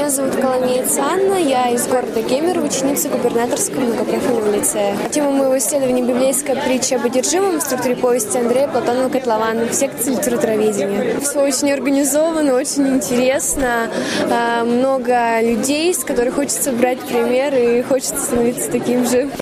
Меня зовут Коломеец Анна, я из города Кемерово, ученица губернаторского многопрофильного лицея. Тема моего исследования — библейская притча об одержимом в структуре повести Андрея Платонова Котлована в секции литературоведения. Все очень организовано, очень интересно, много людей, с которых хочется брать пример и хочется становиться таким же.